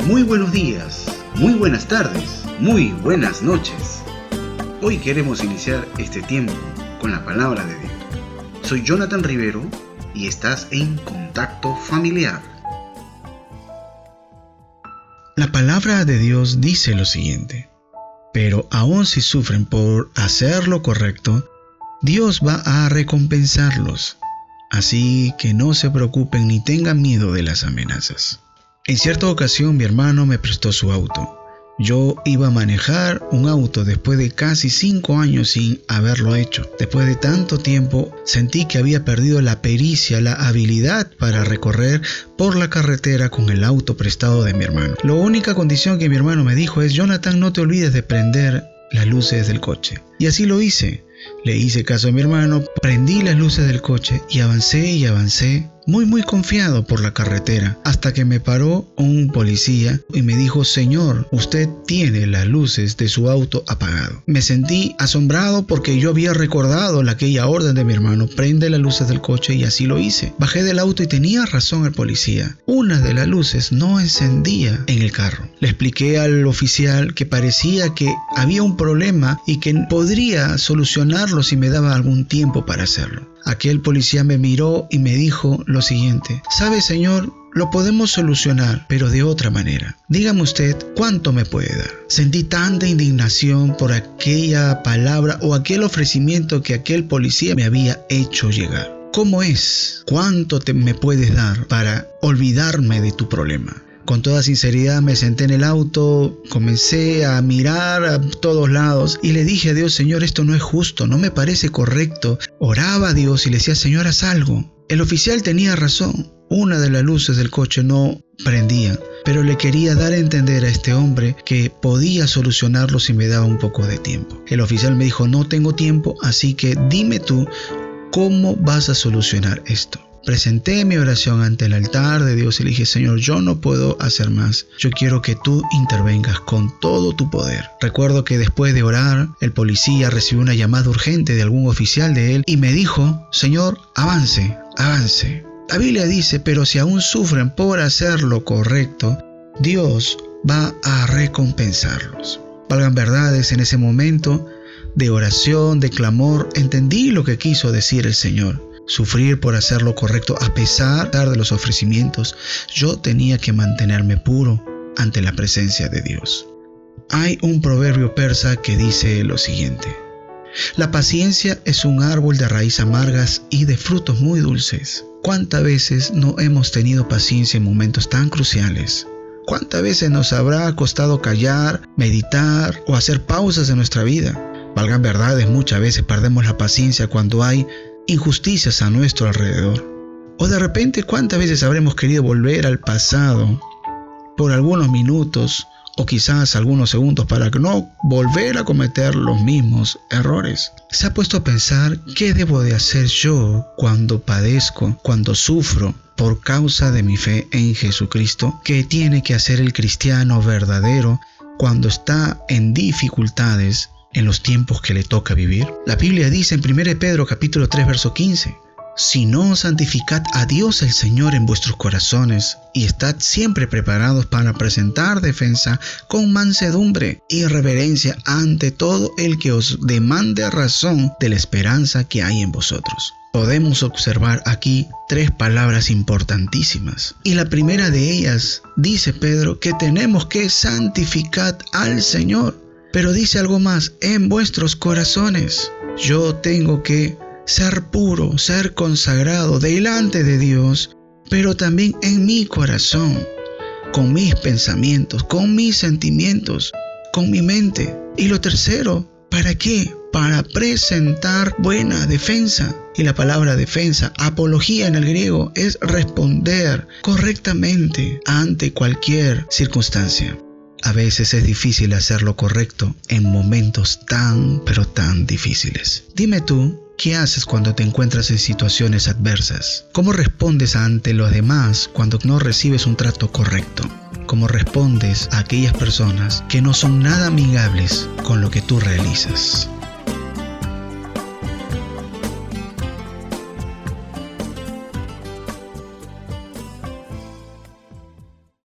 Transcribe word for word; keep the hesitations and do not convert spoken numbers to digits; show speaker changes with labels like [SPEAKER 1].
[SPEAKER 1] Muy buenos días, muy buenas tardes, muy buenas noches. Hoy queremos iniciar este tiempo con la palabra de Dios. Soy Jonathan Rivero y estás en Contacto Familiar.
[SPEAKER 2] La palabra de Dios dice lo siguiente: pero aun si sufren por hacer lo correcto, Dios va a recompensarlos. Así que no se preocupen ni tengan miedo de las amenazas. En cierta ocasión mi hermano me prestó su auto. Yo iba a manejar un auto después de casi cinco años sin haberlo hecho. Después de tanto tiempo sentí que había perdido la pericia, la habilidad para recorrer por la carretera con el auto prestado de mi hermano. La única condición que mi hermano me dijo es: Jonathan, no te olvides de prender las luces del coche. Y así lo hice. Le hice caso a mi hermano, prendí las luces del coche y avancé y avancé, muy muy confiado por la carretera, hasta que me paró un policía y me dijo: señor, usted tiene las luces de su auto apagado. Me sentí asombrado porque yo había recordado aquella orden de mi hermano: prende las luces del coche, y así lo hice. Bajé del auto y tenía razón el policía. Una de las luces no encendía en el carro. Le expliqué al oficial que parecía que había un problema y que podría solucionarlo si me daba algún tiempo para hacerlo. Aquel policía me miró y me dijo lo siguiente: ¿sabe, señor? Lo podemos solucionar, pero de otra manera. Dígame usted, ¿cuánto me puede dar? Sentí tanta indignación por aquella palabra o aquel ofrecimiento que aquel policía me había hecho llegar. ¿Cómo es? ¿Cuánto te me puedes dar para olvidarme de tu problema? Con toda sinceridad me senté en el auto, comencé a mirar a todos lados y le dije a Dios: Señor, esto no es justo, no me parece correcto. Oraba a Dios y le decía: Señor, haz algo. El oficial tenía razón, una de las luces del coche no prendía, pero le quería dar a entender a este hombre que podía solucionarlo si me daba un poco de tiempo. El oficial me dijo: no tengo tiempo, así que dime tú cómo vas a solucionar esto. Presenté mi oración ante el altar de Dios y le dije: Señor, yo no puedo hacer más. Yo quiero que tú intervengas con todo tu poder. Recuerdo que después de orar, el policía recibió una llamada urgente de algún oficial de él y me dijo: Señor, avance, avance. La Biblia dice: pero si aún sufren por hacer lo correcto, Dios va a recompensarlos. Valgan verdades, en ese momento de oración, de clamor, entendí lo que quiso decir el Señor. Sufrir por hacer lo correcto a pesar de los ofrecimientos. Yo tenía que mantenerme puro ante la presencia de Dios. Hay un proverbio persa que dice lo siguiente: la paciencia es un árbol de raíces amargas y de frutos muy dulces. ¿Cuántas veces no hemos tenido paciencia en momentos tan cruciales? ¿Cuántas veces nos habrá costado callar, meditar o hacer pausas en nuestra vida? Valgan verdades, muchas veces perdemos la paciencia cuando hay injusticias a nuestro alrededor. O de repente, ¿cuántas veces habremos querido volver al pasado por algunos minutos o quizás algunos segundos para no volver a cometer los mismos errores? ¿Se ha puesto a pensar qué debo de hacer yo cuando padezco, cuando sufro por causa de mi fe en Jesucristo? ¿Qué tiene que hacer el cristiano verdadero cuando está en dificultades en los tiempos que le toca vivir? La Biblia dice en primera de Pedro capítulo tres verso quince: si no, santificad a Dios el Señor en vuestros corazones y estad siempre preparados para presentar defensa con mansedumbre y reverencia ante todo el que os demande razón de la esperanza que hay en vosotros. Podemos observar aquí tres palabras importantísimas. Y la primera de ellas, dice Pedro, que tenemos que santificar al Señor. Pero dice algo más: en vuestros corazones. Yo tengo que ser puro, ser consagrado delante de Dios, pero también en mi corazón, con mis pensamientos, con mis sentimientos, con mi mente. Y lo tercero, ¿para qué? Para presentar buena defensa. Y la palabra defensa, apología en el griego, es responder correctamente ante cualquier circunstancia. A veces es difícil hacer lo correcto en momentos tan, pero tan difíciles. Dime tú, ¿qué haces cuando te encuentras en situaciones adversas? ¿Cómo respondes ante los demás cuando no recibes un trato correcto? ¿Cómo respondes a aquellas personas que no son nada amigables con lo que tú realizas?